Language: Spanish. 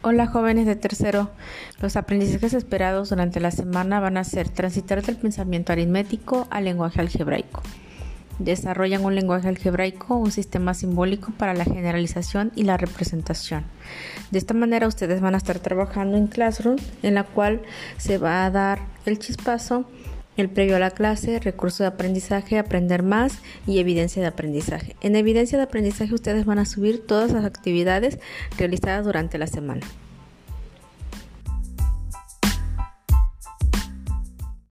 Hola jóvenes de tercero, los aprendizajes esperados durante la semana van a ser transitar del pensamiento aritmético al lenguaje algebraico. Desarrollan un lenguaje algebraico, un sistema simbólico para la generalización y la representación. De esta manera ustedes van a estar trabajando en Classroom, en la cual se va a dar el chispazo, el previo a la clase, recurso de aprendizaje, aprender más y evidencia de aprendizaje. En evidencia de aprendizaje ustedes van a subir todas las actividades realizadas durante la semana.